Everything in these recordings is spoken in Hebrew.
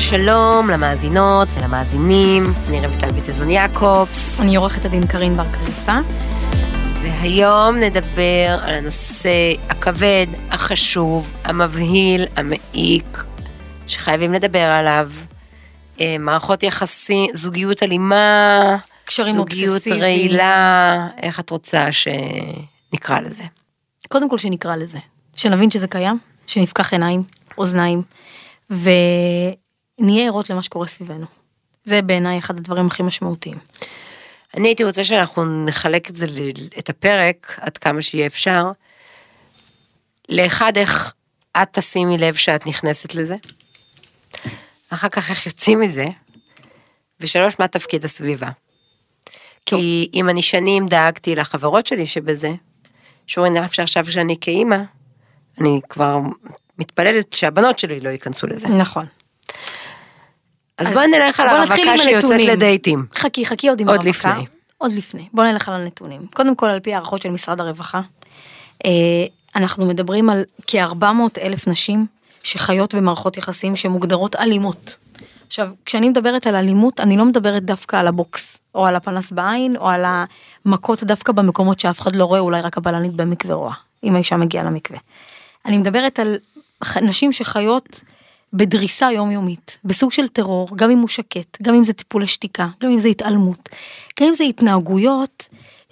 שלום למאזינות ולמאזינים, אני רויטל ביטזון יעקובס. אני עורכת הדין קרין בר כליפה. והיום נדבר על הנושא הכבד, החשוב, המבהיל, המעיק, שחייבים לדבר עליו. מערכות יחסים, זוגיות אלימה, זוגיות רעילה, איך את רוצה שנקרא לזה? קודם כל שנקרא לזה, שנבין שזה קיים, שנפקח עיניים, אוזניים, ונהיה ערות למה שקורה סביבנו. זה בעיניי אחד הדברים הכי משמעותיים. אני הייתי רוצה שאנחנו נחלק את הפרק, עד כמה שיהיה אפשר, לאחד איך את תשימי לב שאת נכנסת לזה, אחר כך איך יוצאים מזה, ושלוש מה תפקיד הסביבה. כי אם אני שנים דאגתי לחברות שלי שבזה, שורי נאפשר עכשיו שאני כאימא, אני כבר מתפללת שהבנות שלי לא ייכנסו לזה. נכון. אז בואי נלך על הרווקה שיוצאת לדייטים. חכי עוד עם הרווקה. עוד לפני. בואו נלך על הנתונים. קודם כל, על פי הערכות של משרד הרווחה, אנחנו מדברים על כ-400,000 נשים שחיות במערכות יחסים שמוגדרות אלימות. עכשיו, כשאני מדברת על אלימות, אני לא מדברת דווקא על הבוקס, או על הפנס בעין, או על המכות דווקא במקומות שאף אחד לא רואה, אולי רק הבלנית במקווה רואה, אם האישה מגיעה למקווה. אני מדברת על נשים שחיות בדריסה יומיומית, בסוג של טרור, גם אם הוא שקט, גם אם זה טיפול השתיקה, גם אם זה התעלמות, גם אם זה התנהגויות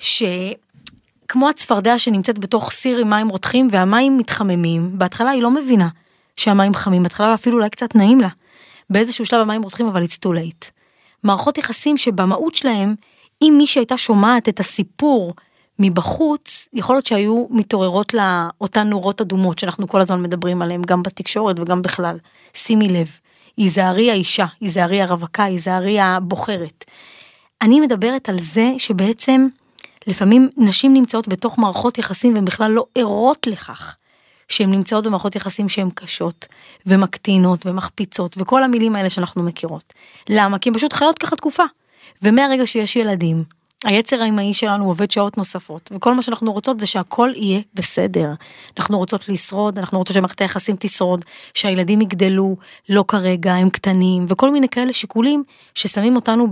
שכמו הצפרדע שנמצאת בתוך סיר עם מים רותחים, והמים מתחממים, בהתחלה היא לא מבינה שהמים חמים, בהתחלה אפילו אולי קצת נעים לה, באיזשהו שלב המים רותחים, אבל it's too late. מערכות יחסים שבמהות שלהם, אם מי שהייתה שומעת את הסיפור מבחוץ, יכול להיות שהיו מתעוררות לאותן נורות אדומות, שאנחנו כל הזמן מדברים עליהן, גם בתקשורת וגם בכלל. שימי לב, היזהרי האישה, היזהרי הרווקה, היזהרי הבוחרת. אני מדברת על זה שבעצם, לפעמים נשים נמצאות בתוך מערכות יחסים, והן בכלל לא ערות לכך, שהן נמצאות במערכות יחסים שהן קשות, ומקטינות, ומחפיצות, וכל המילים האלה שאנחנו מכירות. למה? כי הן פשוט חיות ככה תקופה. ומהרגע שיש ילדים, היצר האימהי שלנו עובד שעות נוספות, וכל מה שאנחנו רוצות זה שהכל יהיה בסדר. אנחנו רוצות לשרוד, אנחנו רוצות שמערכת היחסים תשרוד, שהילדים יגדלו, לא כרגע, הם קטנים, וכל מיני כאלה שיקולים ששמים אותנו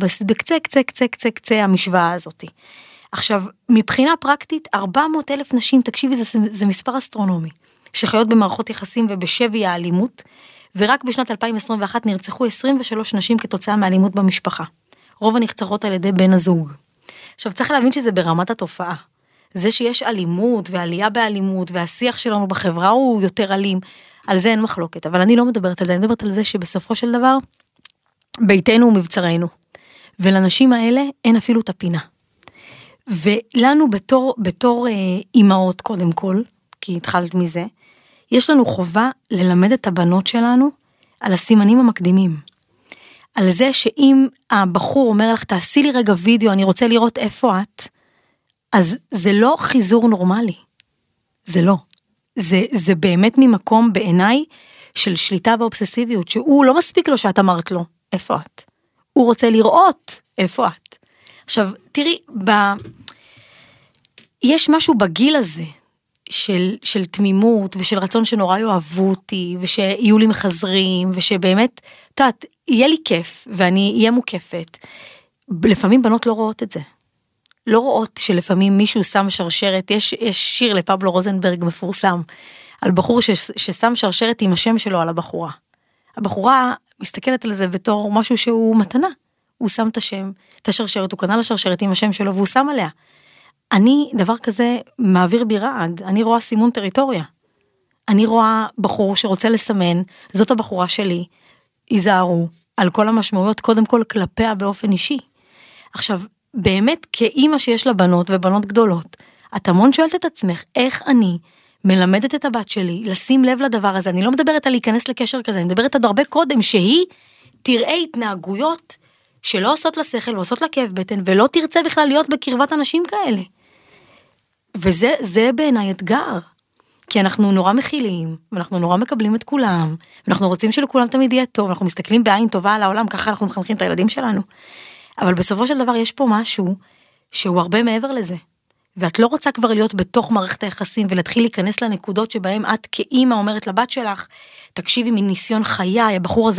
קצה המשוואה הזאת. עכשיו, מבחינה פרקטית, 400,000 נשים, תקשיבי, זה מספר אסטרונומי, שחיות במערכות יחסים ובשבי האלימות, ורק בשנת 2021 נרצחו 23 נשים כתוצאה מאלימות במשפחה. רוב הנרצחות על ידי בן הזוג. עכשיו צריך להבין שזה ברמת התופעה. זה שיש אלימות ועלייה באלימות, והשיח שלנו בחברה הוא יותר אלים, על זה אין מחלוקת, אבל אני לא מדברת על זה, אני מדברת על זה שבסופו של דבר, ביתנו ומבצרנו, ולנשים האלה אין אפילו את הפינה. ולנו בתור אימהות קודם כל, כי התחלת מזה, יש לנו חובה ללמד את הבנות שלנו על הסימנים המקדימים. על זה שאם הבחור אומר לך, תעשי לי רגע וידאו, אני רוצה לראות איפה את, אז זה לא חיזור נורמלי. זה לא. זה באמת ממקום בעיניי של שליטה ואובססיביות, שהוא לא מספיק לו שאת אמרת לו, איפה את? הוא רוצה לראות איפה את. עכשיו, תראי, יש משהו בגיל הזה, של תמימות, ושל רצון שנורא יאהבו אותי, ושיהיו לי מחזרים, ושבאמת, תעת, יהיה לי כיף, ואני אהיה מוקפת. לפעמים בנות לא רואות את זה. לא רואות שלפעמים מישהו שם שרשרת, יש שיר לפבלו רוזנברג מפורסם, על בחור ששם שרשרת עם השם שלו על הבחורה. הבחורה מסתכלת על זה בתור משהו שהוא מתנה. הוא שם את השם, את השרשרת, הוא קנה לשרשרת עם השם שלו, והוא שם עליה. אני, דבר כזה, מעביר בי רעד. אני רואה סימון טריטוריה. אני רואה בחור שרוצה לסמן, זאת הבחורה שלי, ייזהרו על כל המשמעויות, קודם כל כלפיה באופן אישי. עכשיו, באמת, כאימא שיש לה בנות ובנות גדולות, את המון שואלת את עצמך, איך אני מלמדת את הבת שלי, לשים לב לדבר הזה, אני לא מדברת על להיכנס לקשר כזה, אני מדברת עד הרבה קודם, שהיא תראה התנהגויות, שלא עושות לה שכל, ועושות לה כאב בטן, ולא תרצה בכלל להיות בקרבת אנשים כאלה. וזה בעיניי אתגר. כי אנחנו נורא מכילים, ואנחנו נורא מקבלים את כולם, ואנחנו רוצים שלכולם תמיד יהיה טוב, אנחנו מסתכלים בעין טובה על העולם, ככה אנחנו מחנכים את הילדים שלנו. אבל בסופו של דבר יש פה משהו, שהוא הרבה מעבר לזה. ואת לא רוצה כבר להיות בתוך מערכת היחסים, ולהתחיל להיכנס לנקודות שבהם את כאימא אומרת לבת שלך, תקשיבי מניסיון חיי, הבחור הזה לא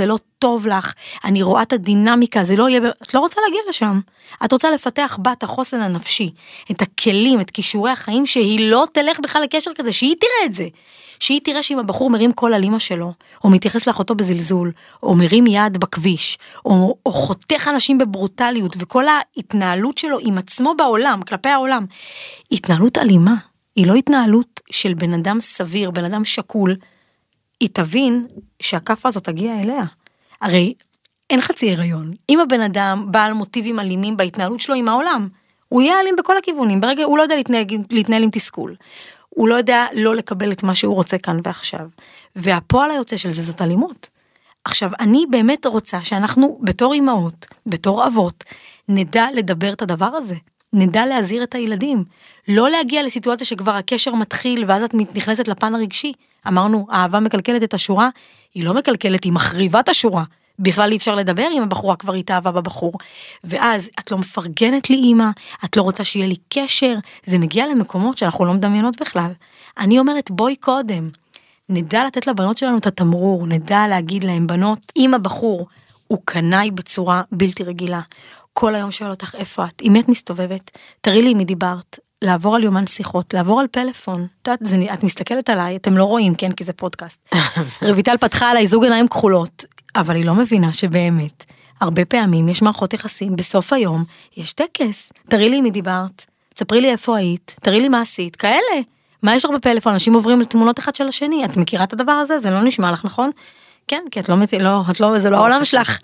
טוב לך, אני רואה את הדינמיקה, זה לא יהיה, את לא רוצה להגיע לשם, את רוצה לפתח בה את החוסן הנפשי, את הכלים, את כישורי החיים, שהיא לא תלך בכלל לקשר כזה, שהיא תראה את זה, שהיא תראה שאם הבחור מרים קול על אמא שלו, או מתייחס לאחותו בזלזול, או מרים יד בכביש, או חותך אנשים בברוטליות, וכל ההתנהלות שלו עם עצמו בעולם, כלפי העולם, התנהלות אלימה, היא לא התנהלות של בן אדם סביר, בן אדם שקול, היא תבין שהכף הזאת תגיע אליה. הרי אין חצי הריון. אם הבן אדם בעל מוטיבים אלימים בהתנהלות שלו עם העולם, הוא יהיה אלים בכל הכיוונים, ברגע הוא לא יודע להתנהל עם תסכול. הוא לא יודע לא לקבל את מה שהוא רוצה כאן ועכשיו. והפועל היוצא של זה זאת אלימות. עכשיו, אני באמת רוצה שאנחנו בתור אמהות, בתור אבות, נדע לדבר את הדבר הזה. נדע להזהיר את הילדים. לא להגיע לסיטואציה שכבר הקשר מתחיל, ואז את נכנסת לפן הרגשי. אמרנו, האהבה מקלקלת את השורה, היא לא מקלקלת, היא מחריבה את השורה. בכלל אי אפשר לדבר אם הבחורה כבר התאהבה בבחור. ואז את לא מפרגנת לי אמא, את לא רוצה שיהיה לי קשר, זה מגיע למקומות שאנחנו לא מדמיינות בכלל. אני אומרת, בואי קודם, נדע לתת לבנות שלנו את התמרור, נדע להגיד להם, בנות, אם הבחור הוא קנאי בצורה בלתי רגילה, כל היום שואל אותך איפה את, עם מי את מסתובבת, תראי לי מי דיברת, לעבור על יומן שיחות, לעבור על פלאפון, את מסתכלת עליי, אתם לא רואים, כן, כי זה פודקאסט. רויטל פתחה עליי זוג עיניים כחולות, אבל היא לא מבינה שבאמת, הרבה פעמים יש מערכות יחסים, בסוף היום יש טקס, תראי לי מי דיברת, תספרי לי איפה היית, תראי לי מה עשית, כאלה, מה יש לך בפלאפון, אנשים עוברים לתמונות אחד של השני, את מכירה את הדבר הזה, זה לא נשמע לך נכון? כן, כי את לא, זה לא העולם שלך,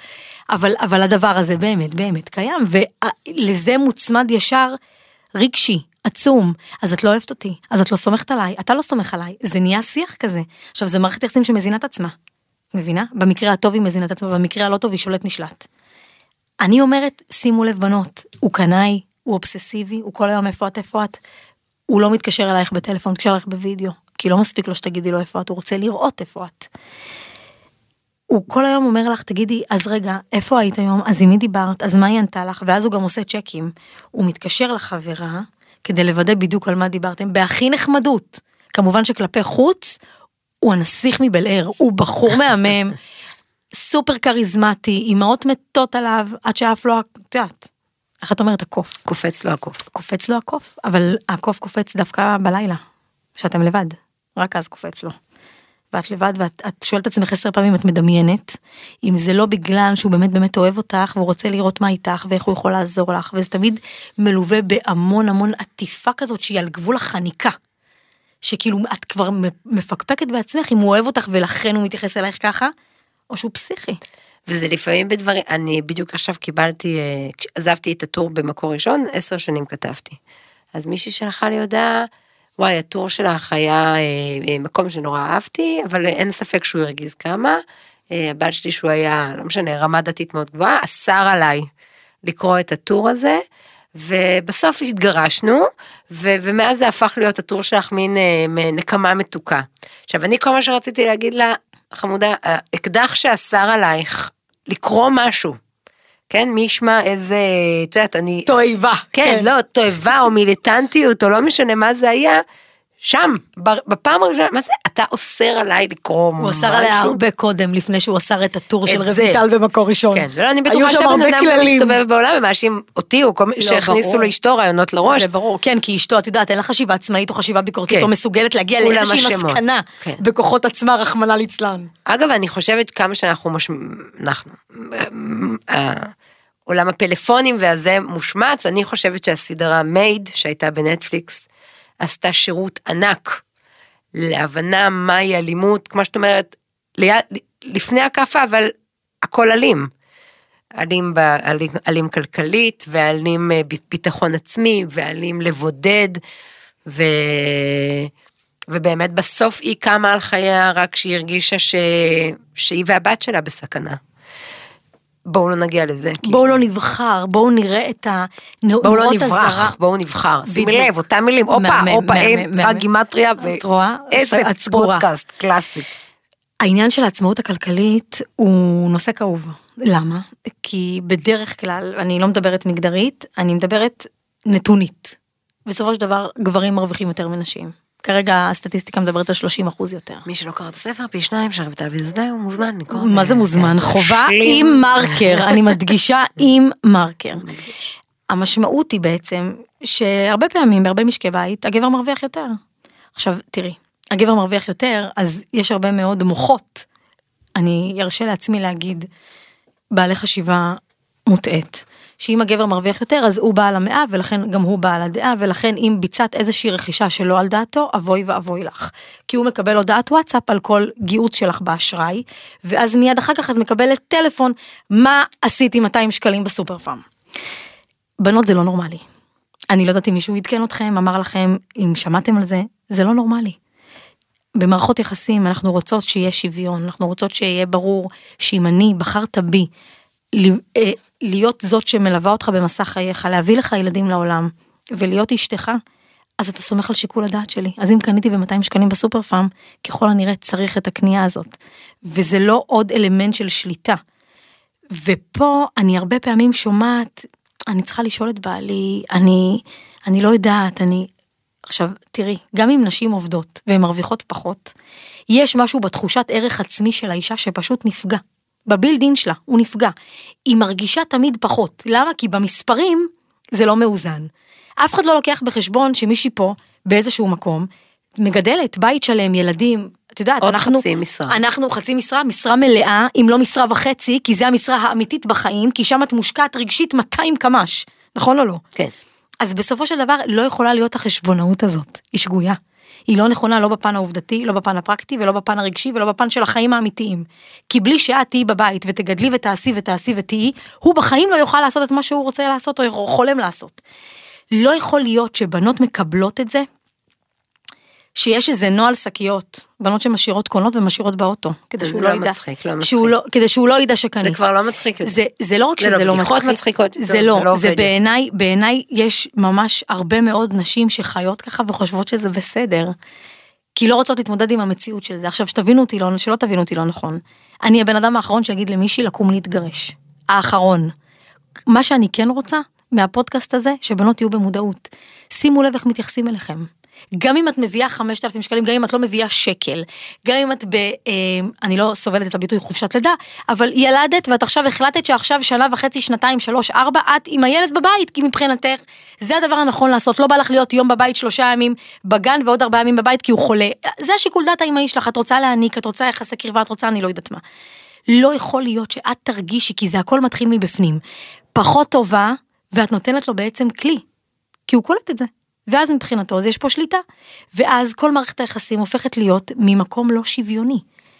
אבל הדבר הזה באמת, באמת קיים, ולזה מוצמד ישר רגשי, עצום, אז את לא אוהבת אותי, אז את לא סומכת עליי, אתה לא סומך עליי, זה נהיה שיח כזה, עכשיו זה מערכת יחסים שמזינה את עצמה, מבינה? במקרה הטוב היא מזינה את עצמה, במקרה הלא טוב היא שולט נשלט. אני אומרת, שימו לב בנות, הוא קנאי, הוא אובססיבי, הוא כל היום איפה את, הוא לא מתקשר אלייך בטלפון, מתקשר אלייך בווידאו, כי לא מספיק לו שתגידי לו איפה את, הוא רוצה לראות איפה את. הוא כל היום אומר לך, תגידי, אז רגע, איפה היית היום? אז עם מי דיברת? אז מה היא ענתה לך? ואז הוא גם עושה צ'קים. הוא מתקשר לחברה, כדי לוודא בדיוק על מה דיברתם, בהכי נחמדות. כמובן שכלפי חוץ, הוא הנסיך מבלער, הוא בחור מהמם, סופר קריזמטי, אמהות מתות עליו, עד שאף לא, את יודעת, איך את אומרת, הקוף? קופץ לו הקוף. קופץ לו הקוף, אבל הקוף קופץ דווקא בלילה, שאתם לבד, רק אז קופץ לו. ואת לבד, ואת שואלת עצמך 10 פעמים, את מדמיינת, אם זה לא בגלל שהוא באמת באמת אוהב אותך, והוא רוצה לראות מה איתך, ואיך הוא יכול לעזור לך, וזה תמיד מלווה בהמון המון עטיפה כזאת, שהיא על גבול החניקה, שכאילו את כבר מפקפקת בעצמך, אם הוא אוהב אותך, ולכן הוא מתייחס אלייך ככה, או שהוא פסיכי. וזה לפעמים בדברים, אני בדיוק עכשיו קיבלתי, עזבתי את הטור במקור ראשון, 10 שנים כתבתי. אז מישהי שלחה לי הודעה, וואי, הטור שלך היה מקום שנורא אהבתי, אבל אין ספק שהוא הרגיז כמה, הבעל שלי שהוא היה, לא משנה, רמה דתית מאוד גבוהה, אסר עליי לקרוא את הטור הזה, ובסוף התגרשנו, ומאז זה הפך להיות הטור שלך מין נקמה מתוקה. עכשיו, אני כל מה שרציתי להגיד לה, חמודה, אקדח שאסר עלייך לקרוא משהו, כן, מי ישמע איזה, את יודעת, אני... תועבה. כן, לא, תועבה או מיליטנטיות, או לא משנה מה זה היה, שם, בפעם הראשונה, מה זה? אתה אוסר עליי לקרוא משהו? הוא אסר עליה הרבה קודם, לפני שהוא אסר את הטור של רויטל במקור ראשון. כן, לא, אני בטוחה שבן אדם מסתובב בעולם, ומאשים אותי, או כל מי שהכניסו לאשתו רעיונות לראש. זה ברור, כן, כי אשתו, את יודעת, אין לה חשיבה עצמאית, או חשיבה ביקורתית, או מסוגלת להגיע לאיזושהי מסקנה, בכוחות עצמה, רחמנא ליצלן. אגב, אני חושבת כמה שאנחנו, עולם הפלאפונים והזה מושמץ, אני חושבת שהסדרה מייד, שהייתה בנטפליקס, עשתה שירות ענק, להבנה מהי אלימות, כמו שאת אומרת, לפני הקפה, אבל הכל אלים. אלים כלכלית, ואלים ביטחון עצמי, ואלים לבודד, ובאמת בסוף היא קמה על חייה, רק שהיא הרגישה שהיא והבת שלה בסכנה. בואו לא נגיע לזה. בואו לא נבחר, בואו נראה את הנורות הזרה. בואו לא נברח, בואו נבחר. שימי לב, אותם מילים, הופה, אין, רק גימטריה, ואיזה פודקאסט קלאסי. העניין של העצמאות הכלכלית הוא נושא כאוב. למה? כי בדרך כלל, אני לא מדברת מגדרית, אני מדברת נתונית. בסופו של דבר, גברים מרוויחים יותר מנשים. כרגע הסטטיסטיקה מדברת על 30% יותר. מי שלא קרא את הספר, פי 2, שרב טלוויזיה, הוא מוזמן לקרוא. מה זה מוזמן? חובה עם מרקר, אני מדגישה עם מרקר. המשמעות היא בעצם, שהרבה פעמים, בהרבה משקי בית, הגבר מרוויח יותר. עכשיו, תראי, הגבר מרוויח יותר, אז יש הרבה מאוד מוחות. אני ארשה לעצמי להגיד, בעלי חשיבה מוטעת. שאם הגבר מרוויח יותר, אז הוא בעל המאה, ולכן גם הוא בעל הדעה, ולכן אם ביצעת איזושהי רכישה שלא על דעתו, אבוי ואבוי לך. כי הוא מקבל הודעת וואטסאפ על כל גיאות שלך באשראי, ואז מיד אחר כך את מקבלת טלפון, מה עשיתי 200 שקלים בסופר פארם. בנות זה לא נורמלי. אני לא יודעת אם מישהו ידכן אתכם, אמר לכם, אם שמעתם על זה, זה לא נורמלי. במערכות יחסים אנחנו רוצות שיהיה שוויון, אנחנו רוצות שיהיה ברור שאם אני בחרת בי, להיות זאת שמלווה אותך במסע חייך, להביא לך ילדים לעולם, ולהיות אשתך, אז אתה סומך על שיקול הדעת שלי. אז אם קניתי ב-200 שקלים בסופר פארם, ככל הנראה צריך את הקנייה הזאת. וזה לא עוד אלמנט של שליטה. ופה אני הרבה פעמים שומעת, אני צריכה לשאול את בעלי, אני לא יודעת, עכשיו, תראי, גם אם נשים עובדות, והן מרוויחות פחות, יש משהו בתחושת ערך עצמי של האישה שפשוט נפגע. בבילדין שלה, הוא נפגע. היא מרגישה תמיד פחות. למה? כי במספרים זה לא מאוזן. אף אחד לא לוקח בחשבון שמישהי פה, באיזשהו מקום, מגדלת בית שלם, ילדים, את יודעת, אנחנו חצי משרה, משרה מלאה, אם לא משרה וחצי, כי זה המשרה האמיתית בחיים, כי שם את מושקעת רגשית 200 קמ"ש, נכון או לא? כן. אז בסופו של דבר לא יכולה להיות החשבונאות הזאת, היא שגויה. היא לא נכונה לא בפן העובדתי, לא בפן הפרקטי, ולא בפן הרגשי, ולא בפן של החיים האמיתיים. כי בלי שאת תהיי בבית, ותגדלי ותעשי ותהיי, הוא בחיים לא יוכל לעשות את מה שהוא רוצה לעשות, או חולם לעשות. לא יכול להיות שבנות מקבלות את זה, שיש איזה נועל שקיות, בנות שמשאירות קונות ומשאירות באוטו, כדי שהוא לא ידע. מצחיק. כדי שהוא לא ידע שקנית. זה כבר לא מצחיק. זה לא רק שזה לא מצחיק. זה לא, זה בעיניי יש ממש הרבה מאוד נשים שחיות ככה וחושבות שזה בסדר. כי לא רוצות להתמודד עם המציאות של זה. עכשיו שלא תבינו אותי לא נכון. אני הבן אדם האחרון שיגיד למישהי לקום להתגרש. האחרון. מה שאני כן רוצה מהפודקאסט הזה, שבנות יהיו במודעות. שימו לב איך מתייחסים אליכם. גם אם את מביאה 5,000 שקלים, גם אם את לא מביאה שקל, גם אם את אני לא סובלת את הביטוי חופשת לידה, אבל ילדת ואת עכשיו החלטת שעכשיו 1.5 שנים, 2, 3, 4, את עם הילד בבית, כי מבחינתך, זה הדבר הנכון לעשות, לא בא לך להיות יום בבית 3 ימים בגן ועוד 4 ימים בבית כי הוא חולה, זה השיקול דעת האמאי שלך, את רוצה להעניק, את רוצה יחסי קרבה, את רוצה אני לא יודעת מה. לא יכול להיות שאת תרגישי, כי זה הכל מתחיל מבפנים, פחות טובה, ואת נותנת לו בעצם כלי, כי הוא קולט את זה. ואז מבחינתו, אז יש פה שליטה, ואז כל מערכת היחסים הופכת להיות ממקום לא שוויוני.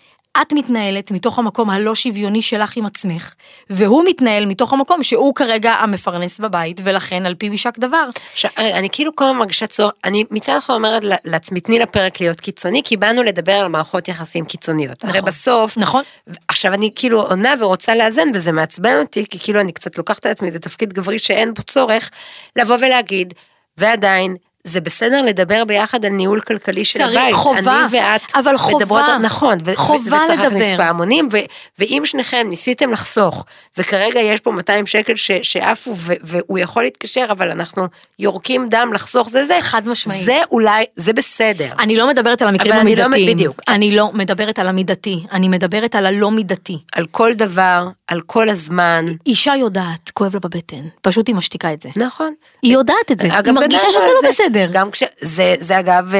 את מתנהלת מתוך המקום הלא שוויוני שלך עם עצמך, והוא מתנהל מתוך המקום שהוא כרגע המפרנס בבית, ולכן על פיו יישק דבר. אני כאילו כל מרגישה צורך, אני מצד אחר אומרת לעצמי, תני לפרק להיות קיצוני, כי באנו לדבר על מערכות יחסים קיצוניות. הרי בסוף, עכשיו אני כאילו עונה ורוצה לאזן, וזה מעצבן אותי, כי כאילו אני קצת לוקחת לעצמי, זה תפקיד גברי שאין בו צורך, לבוא ולהגיד, ועדיין, זה בסדר לדבר ביחד על ניהול כלכלי של הבית. חובה, אני ואת אבל חובה. נכון, חובה לדבר. וצריך להכניס פעמונים, ואם שניכם ניסיתם לחסוך, וכרגע יש פה 200 שקל שעפו, והוא יכול להתקשר, אבל אנחנו יורקים דם לחסוך, זה. חד משמעית. זה אולי, זה בסדר. אני לא מדברת על המקרים המידתיים. אני לא מדברת על המידתי, אני מדברת על הלא מידתי. על כל דבר, על כל הזמן. אישה יודעת, כואב לה בבטן, פשוט היא משתיקה את זה. נכון. היא יודעת את זה, היא מרגישה שזה לא בסדר. גם זה אגב,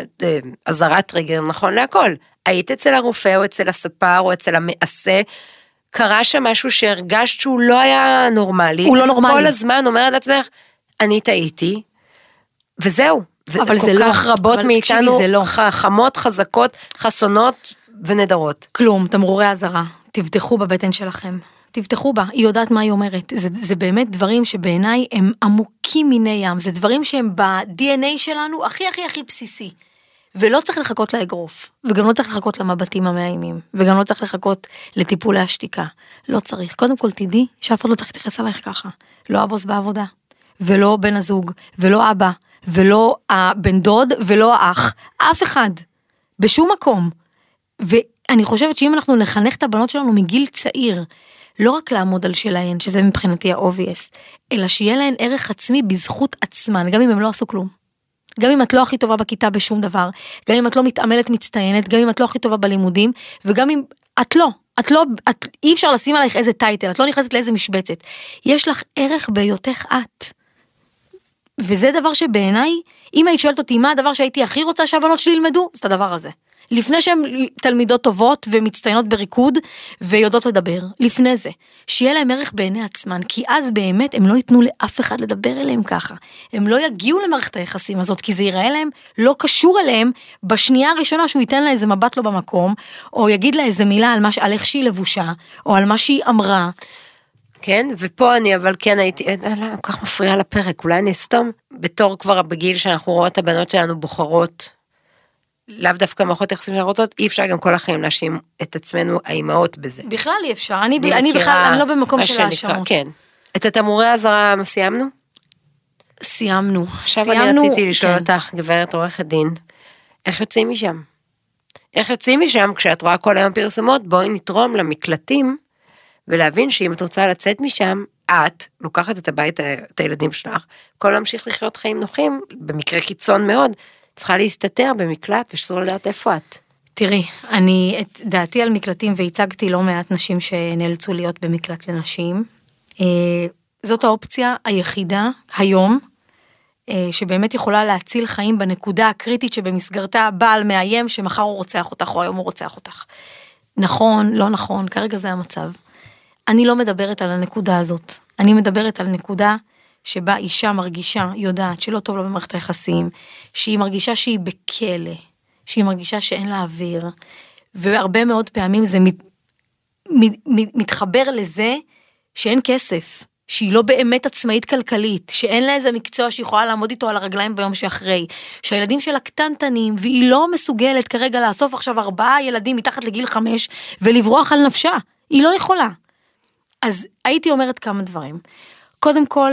עזרת טריגר, נכון להכל. היית אצל הרופא, או אצל הספר, או אצל המעשה, קרה שם משהו שהרגשת שהוא לא היה נורמלי. הוא לא נורמלי. כל הזמן אומרת לעצמך, אני טעיתי, וזהו. אבל זה לא. כל כך רבות מאיתנו, חכמות, חזקות, חסונות ונדרות. כלום, תמרורי אזהרה. תבטחו בבטן שלכם. תבטחו בה, היא יודעת מה היא אומרת. זה באמת דברים שבעיניי הם עמוקים מיני ים. זה דברים שהם ב-DNA שלנו הכי הכי הכי בסיסי. ולא צריך לחכות לאגרוף. וגם לא צריך לחכות למבטים המאיימים. וגם לא צריך לחכות לטיפולי השתיקה. לא צריך. קודם כל תדעי שאף אחד לא צריך להתייחס עלייך ככה. לא הבוס בעבודה. ולא בן הזוג. ולא אבא. ולא הבן דוד. ולא האח. אף אחד. בשום מקום. ואני חושבת שאם אנחנו נחנך את הבנות שלנו מגיל צעיר, לא רק לעמוד על שלהן, שזה מבחינתי ה-obvious, אלא שיהיה להן ערך עצמי בזכות עצמן, גם אם הם לא עשו כלום. גם אם את לא הכי טובה בכיתה בשום דבר, גם אם את לא מתעמלת מצטיינת, גם אם את לא הכי טובה בלימודים, וגם אם אי אפשר לשים עלייך איזה טייטל, את לא נכנסת לאיזה משבצת. יש לך ערך בהיותך את. וזה דבר שבעיניי, אם היית שואלת אותי מה הדבר שהייתי הכי רוצה שהבנות שלי ילמדו, זה את הדבר הזה. לפני שהן תלמידות טובות ומצטיינות בריקוד ויודעות לדבר, לפני זה, שיהיה להם ערך בעיני עצמן, כי אז באמת הם לא ייתנו לאף אחד לדבר אליהם ככה, הם לא יגיעו למערכת היחסים הזאת, כי זה ייראה להם לא קשור אליהם, בשנייה הראשונה שהוא ייתן לה איזה מבט לא במקום, או יגיד לה איזה מילה על איך שהיא לבושה, או על מה שהיא אמרה. כן, ופה אני אבל כן הייתי, למה כל כך מפריעה לפרק, אולי אני אסתום, בתור כבר בגיל שאנחנו רואות את הבנות שלנו בוחרות, לאו דווקא מערכות יחסים לרותות, אי אפשר גם כל החיים להאשים את עצמנו האימהות בזה. בכלל אי אפשר, אני בכלל, אני לא במקום של האשמות. כן. את התמרורי הזרה סיימנו? סיימנו. עכשיו אני רציתי לשאול אותך, גברת עורכת דין, איך יוצאים משם? איך יוצאים משם כשאת רואה כל היום פרסומות, בואי נתרום למקלטים, ולהבין שאם את רוצה לצאת משם, את לוקחת את הבית, את הילדים שלך, כל להמשיך לחיות חיים נוחים, במקרה קיצון מאוד, צריכה להסתתר במקלט, ושאסור לדעת איפה את. תראי, אני את דעתי על מקלטים, והצגתי לא מעט נשים שנאלצו להיות במקלט לנשים. זאת האופציה היחידה היום, שבאמת יכולה להציל חיים בנקודה הקריטית, שבמסגרתה בעל מאיים, שמחר הוא רוצח אותך, או היום הוא רוצח אותך. נכון, לא נכון, כרגע זה המצב. אני לא מדברת על הנקודה הזאת. אני מדברת על נקודה שבה אישה מרגישה, יודעת שלא טוב לה במערכת היחסים, שהיא מרגישה שהיא בכלא, שהיא מרגישה שאין לה אוויר, והרבה מאוד פעמים זה מתחבר לזה שאין כסף, שהיא לא באמת עצמאית כלכלית, שאין לה איזה מקצוע שהיא יכולה לעמוד איתו על הרגליים ביום שאחרי, שהילדים שלה קטנטנים, והיא לא מסוגלת כרגע לאסוף עכשיו 4 ילדים מתחת לגיל 5, ולברוח על נפשה, היא לא יכולה. אז הייתי אומרת כמה דברים. קודם כל,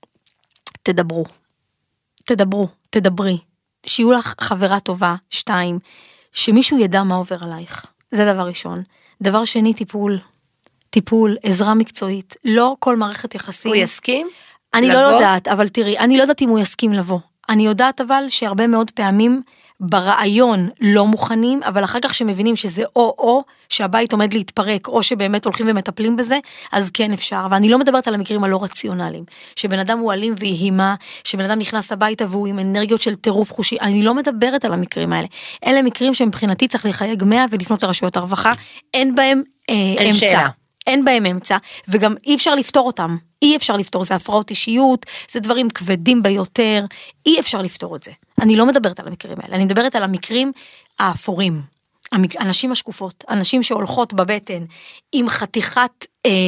תדברי, שיהיו לך חברה טובה, 2, שמישהו ידע מה עובר עלייך, זה דבר ראשון. דבר שני, טיפול, עזרה מקצועית, לא כל מערכת יחסים. הוא יסכים? אני לא יודעת, אבל תראי, אני לא יודעת אם הוא יסכים לבוא. אני יודעת אבל שהרבה מאוד פעמים ברעיון לא מוכנים, אבל אחר כך שמבינים שזה או, שהבית עומד להתפרק, או שבאמת הולכים ומטפלים בזה, אז כן אפשר. ואני לא מדברת על המקרים הלא רציונליים, שבן אדם הוא אלים והימה, שבן אדם נכנס הביתה והוא עם אנרגיות של טירוף חושי, אני לא מדברת על המקרים האלה. אלה מקרים שמבחינתי צריך לחייג 100 ולפנות לרשויות הרווחה, אין בהם אמצע. אין בהם אמצע, וגם אי אפשר לפתור אותם. אי אפשר לפתור, זה הפרעות אישיות, זה דברים כבדים ביותר, אי אפשר לפתור את זה. אני לא מדברת על המקרים האלה, אני מדברת על המקרים האפורים, אנשים השקופות, אנשים שהולכות בבטן, עם חתיכת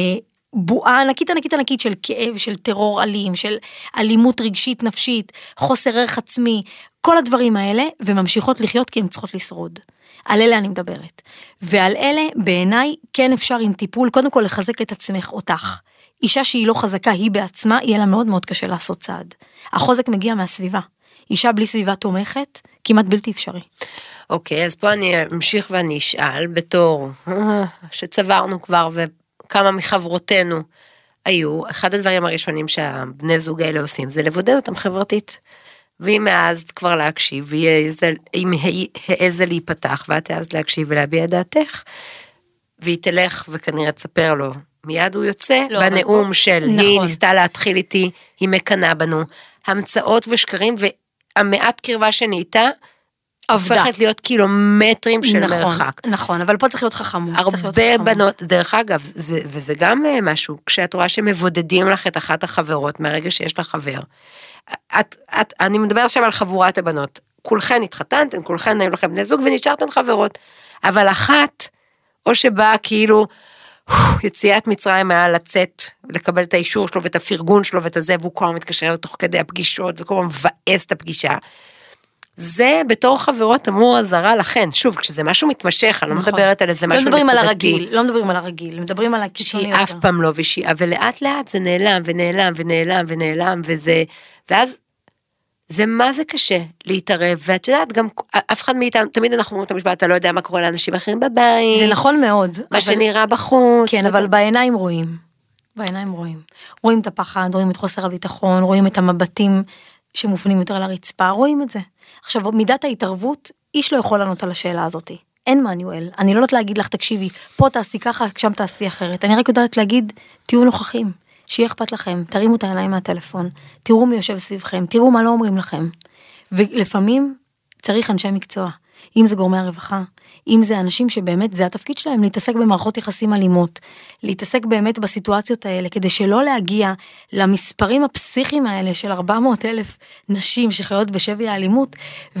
בועה ענקית של כאב, של טרור אלים, של אלימות רגשית נפשית, חוסר ערך עצמי, כל הדברים האלה, וממשיכות לחיות כי הן צריכות לשרוד. על אלה אני מדברת. ועל אלה, בעיניי, כן אפשר עם טיפול, קודם כל לחזק את עצמך, אותך. אישה שהיא לא חזקה, היא בעצמה, יהיה לה מאוד מאוד קשה לעשות צעד. החוזק מגיע מהסביבה. אישה בלי סביבה תומכת, כמעט בלתי אפשרי. אוקיי, אז פה אני אמשיך ואני אשאל, בתור שצברנו כבר, וכמה מחברותינו היו, אחד הדברים הראשונים שהבני זוג האלה עושים, זה לבודד אותם חברתית. והיא מאז כבר להקשיב, והיא העזה להיפתח, ואת העזת להקשיב ולהביע את דעתך, והיא תלך וכנראה תספר לו, מיד הוא יוצא, בנאום של היא ניסתה להתחיל איתי, היא מקנה בנו, המצאות ושקרים, והמעט קרבה שנהייתה, הופכת להיות קילומטרים של מרחק. נכון, אבל פה צריך להיות חכמות. הרבה בנות, דרך אגב, וזה גם משהו, כשאת רואה שמבודדים לך את אחת החברות, מהרגע שיש לך חבר, אני מדבר עכשיו על חבורת הבנות, כולכן התחתנתן, כולכן היו לכם בני זוג ונשארתן חברות, אבל אחת, או שבאה כאילו, יציאת מצרים היה לצאת, לקבל את האישור שלו ואת הפרגון שלו ואת הזה, והוא כל הזמן מתקשר לתוך כדי הפגישות, וכל הזמן מבאס את הפגישה, זה בתור חברות אמור עזרה לכן, שוב, כשזה משהו מתמשך, אני לא מדברת על איזה משהו נקודתי. לא מדברים על הרגיל, מדברים על הקיצוניות. שהיא אף פעם לא ושיעה, ולאט לאט זה נעלם ונעלם ונעלם ונעלם, ואז זה מה זה קשה להתערב, ואת יודעת, גם אף אחד מאיתנו, תמיד אנחנו אומרים את המשפט, אתה לא יודע מה קורה לאנשים אחרים בבית. זה נכון מאוד. מה שנראה בחוץ. כן, אבל בעיניים רואים. בעיניים רואים. רואים את הפחד, רואים את חוסר הביטחון, רואים את המבטים שמופנים יותר לרצפה, רואים את זה. עכשיו, מידת ההתערבות, איש לא יכול לענות על השאלה הזאת. אין מניואל. אני לא יודעת להגיד לך, תקשיבי, פה תעשי ככה, שם תעשי אחרת. אני רק יודעת להגיד, תהיו נוכחים, שיהיה אכפת לכם, תרימו את העיניים מהטלפון, תראו מי יושב סביבכם, תראו מה לא אומרים לכם. ולפעמים צריך אנשי מקצוע, אם זה גורמי הרווחה, אם זה אנשים שבאמת זה התפקיד שלהם, להתעסק במערכות יחסים אלימות, להתעסק באמת בסיטואציות האלה, כדי שלא להגיע למספרים הפסיכיים האלה של 400,000 נשים שחיות בשבי האלימות,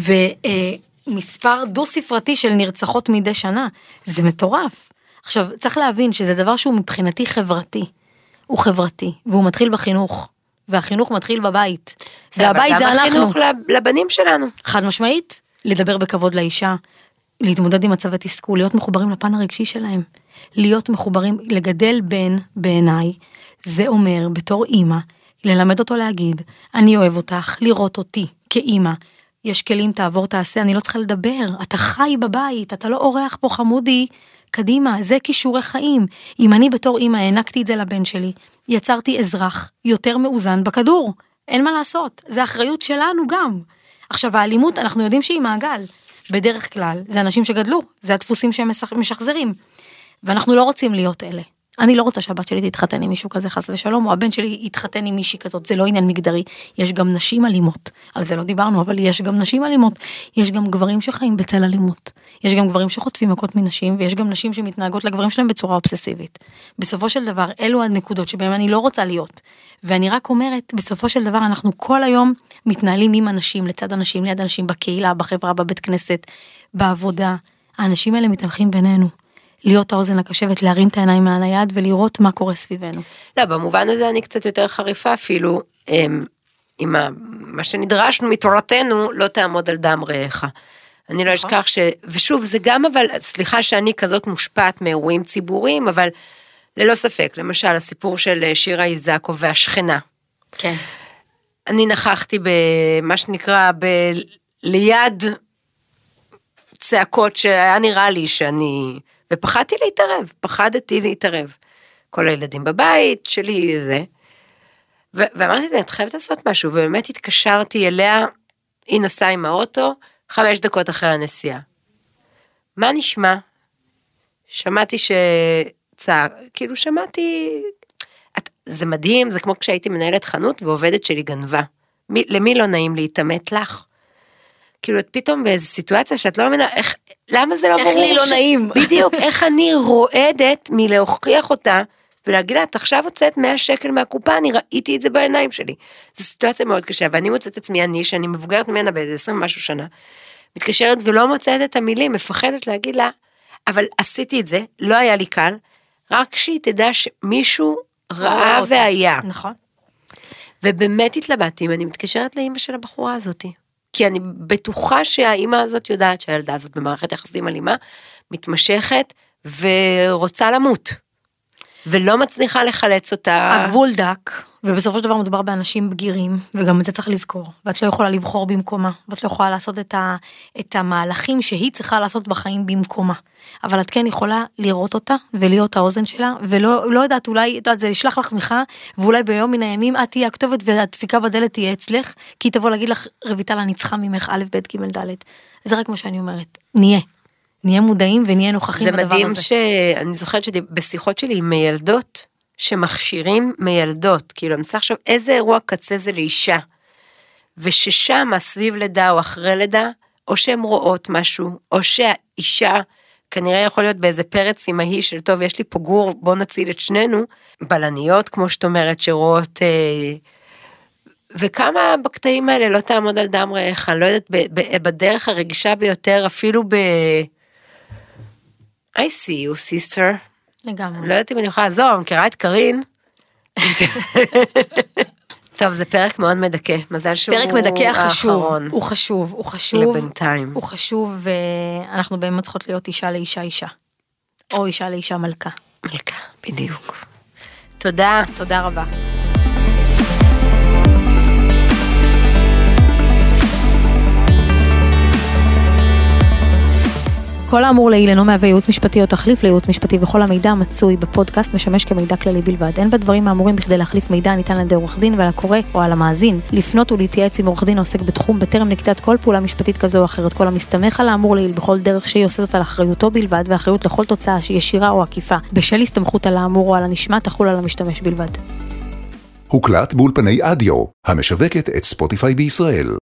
ומספר דו-ספרתי של נרצחות מדי שנה. זה מטורף. עכשיו, צריך להבין שזה דבר שהוא מבחינתי חברתי. הוא חברתי, והוא מתחיל בחינוך, והחינוך מתחיל בבית. והבית זה אנחנו. גם החינוך לבנים שלנו. חד משמעית, לדבר בכבוד לאישה, להתמודד עם מצבי תסכול, להיות מחוברים לפן הרגשי שלהם, להיות מחוברים, לגדל בן בעיניי, זה אומר בתור אימא, ללמד אותו להגיד, אני אוהב אותך, לראות אותי כאימא, יש כלים, תעבור, תעשה, אני לא צריכה לדבר, אתה חי בבית, אתה לא אורח פה חמודי, קדימה, זה כישורי חיים. אם אני בתור אימא הענקתי את זה לבן שלי, יצרתי אזרח יותר מאוזן בכדור, אין מה לעשות, זה אחריות שלנו גם. עכשיו האלימות, אנחנו יודעים שהיא מעגל, בדרך כלל, זה אנשים שגדלו, זה הדפוסים שהם משחזרים, ואנחנו לא רוצים להיות אלה. אני לא רוצה שהבת שלי תתחתן עם מישהו כזה חס ושלום, או הבן שלי יתחתן עם מישהי כזאת, זה לא עניין מגדרי, יש גם נשים אלימות, על זה לא דיברנו, אבל יש גם נשים אלימות, יש גם גברים שחיים בצל אלימות, יש גם גברים שחוטפים מכות מנשים, ויש גם נשים שמתנהגות לגברים שלהם בצורה אובססיבית. בסופו של דבר, אלו הנקודות שבהם אני לא רוצה להיות, ואני רק אומרת, בסופו של דבר אנחנו כל היום מתנהלים עם אנשים, לצד אנשים, ליד אנשים, בקהילה, בחברה, בבית כנסת, בעבודה. האנשים האלה מתהלכים בינינו. להיות האוזן הקשבת, להרים את העיניים מעל היד, ולראות מה קורה סביבנו. לא, במובן הזה אני קצת יותר חריפה אפילו, עם מה שנדרשנו מתורתנו, לא תעמוד על דם רעך. אני לא אשכח ושוב, זה גם אבל, סליחה שאני כזאת מושפעת מאירועים ציבוריים, אבל ללא ספק, למשל, הסיפור של שירה איזקוב והשכנה. כן. אני נכחתי במה שנקרא, ליד צעקות שהיה נראה לי שאני, פחדתי להתערב. כל הילדים בבית שלי וזה. ואמרתי, את חייבת לעשות משהו, ובאמת התקשרתי אליה, היא נסעה עם האוטו, 5 דקות אחרי הנסיעה. מה נשמע? שמעתי כאילו שמעתי, זה מדהים, זה כמו כשהייתי מנהלת חנות, ועובדת שלי גנבה. למי לא נעים להתאמת לך? כאילו, את פתאום באיזו סיטואציה שאת לא מבינה, למה זה לא ברור? איך לי לא נעים? בדיוק, איך אני רועדת מלהוכיח אותה, ולהגיד לה, את עכשיו הוצאת 100 שקל מהקופה, אני ראיתי את זה בעיניים שלי. זו סיטואציה מאוד קשה, ואני מוצאת עצמי, שאני מבוגרת ממנה באיזה 20 משהו שנה, מתקשרת ולא מוצאת את המילים, מפחדת להגיד לה, אבל עשיתי את זה, לא היה לי קל, רק שהיא תדע שמישהו ראה והיה. נכון. ובאמת התלבטתי, אני מתקשרת לאמא של הבחורה הזאת, כי אני בטוחה שהאמא הזאת יודעת שהילדה הזאת במערכת יחסים אלימה, מתמשכת ורוצה למות. ולא מצליחה לחלץ אותה. הגבול דק, ובסופו של דבר מדובר באנשים בגירים, וגם את זה צריך לזכור, ואת לא יכולה לבחור במקומה, ואת לא יכולה לעשות את המהלכים שהיא צריכה לעשות בחיים במקומה, אבל את כן יכולה לראות אותה, ולהיות האוזן שלה, ולא יודעת, אולי, זה ישלח לך מיכה, ואולי ביום מן הימים, את תהיה הכתובת, והדפיקה בדלת תהיה אצלך, כי היא תבוא להגיד לך, רויטל, אני צריכה ממך א' ב' ג' ד'. זה רק מה שאני אומרת, נהיה מודעים ונהיה נוכחים בדבר הזה. זה מדהים שאני זוכרת שבשיחות שלי עם מילדות, שמכשירים מילדות, כאילו אני צריך עכשיו איזה אירוע קצה זה לאישה, וששם סביב לידה או אחרי לידה, או שהן רואות משהו, או שהאישה כנראה יכול להיות באיזה פרץ אמהי של טוב, יש לי פה גור, בוא נציל את שנינו, בלניות כמו שאת אומרת, שרואות, וכמה בקטעים האלה לא תעמוד על דם רעך, אני לא יודעת, בדרך הרגישה ביותר, אפילו I see you, sister. לגמרי. לא יודעת אם אני יכולה לעזור, אני מכירה את קרין. טוב, זה פרק מאוד מדכא. מזל שהוא פרק מדכא האחרון. הוא חשוב. לבינתיים. הוא חשוב, ואנחנו באמת צריכות להיות אישה לאישה אישה. או אישה לאישה מלכה. מלכה, בדיוק. תודה. תודה רבה. כל האמור לעיל אינו מהווה ייעוץ משפטי או תחליף לייעוץ משפטי, וכל המידע המצוי בפודקאסט משמש כמידע כללי בלבד. אין בדברים האמורים בכדי להחליף מידע הניתן על ידי עורך דין, ועל הקורא או על המאזין לפנות ולהתייעץ עם עורך דין העוסק בתחום בטרם נקיטת כל פעולה משפטית כזו או אחרת. כל המסתמך על האמור לעיל בכל דרך שהיא עושה זאת על אחריותו בלבד, ואחריות לכל תוצאה ישירה או עקיפה בשל הסתמכות על האמור או על הנשמע תחול על המשתמש בלבד. הוקלט באולפני אדיו, המשווקת את ספוטיפיי בישראל.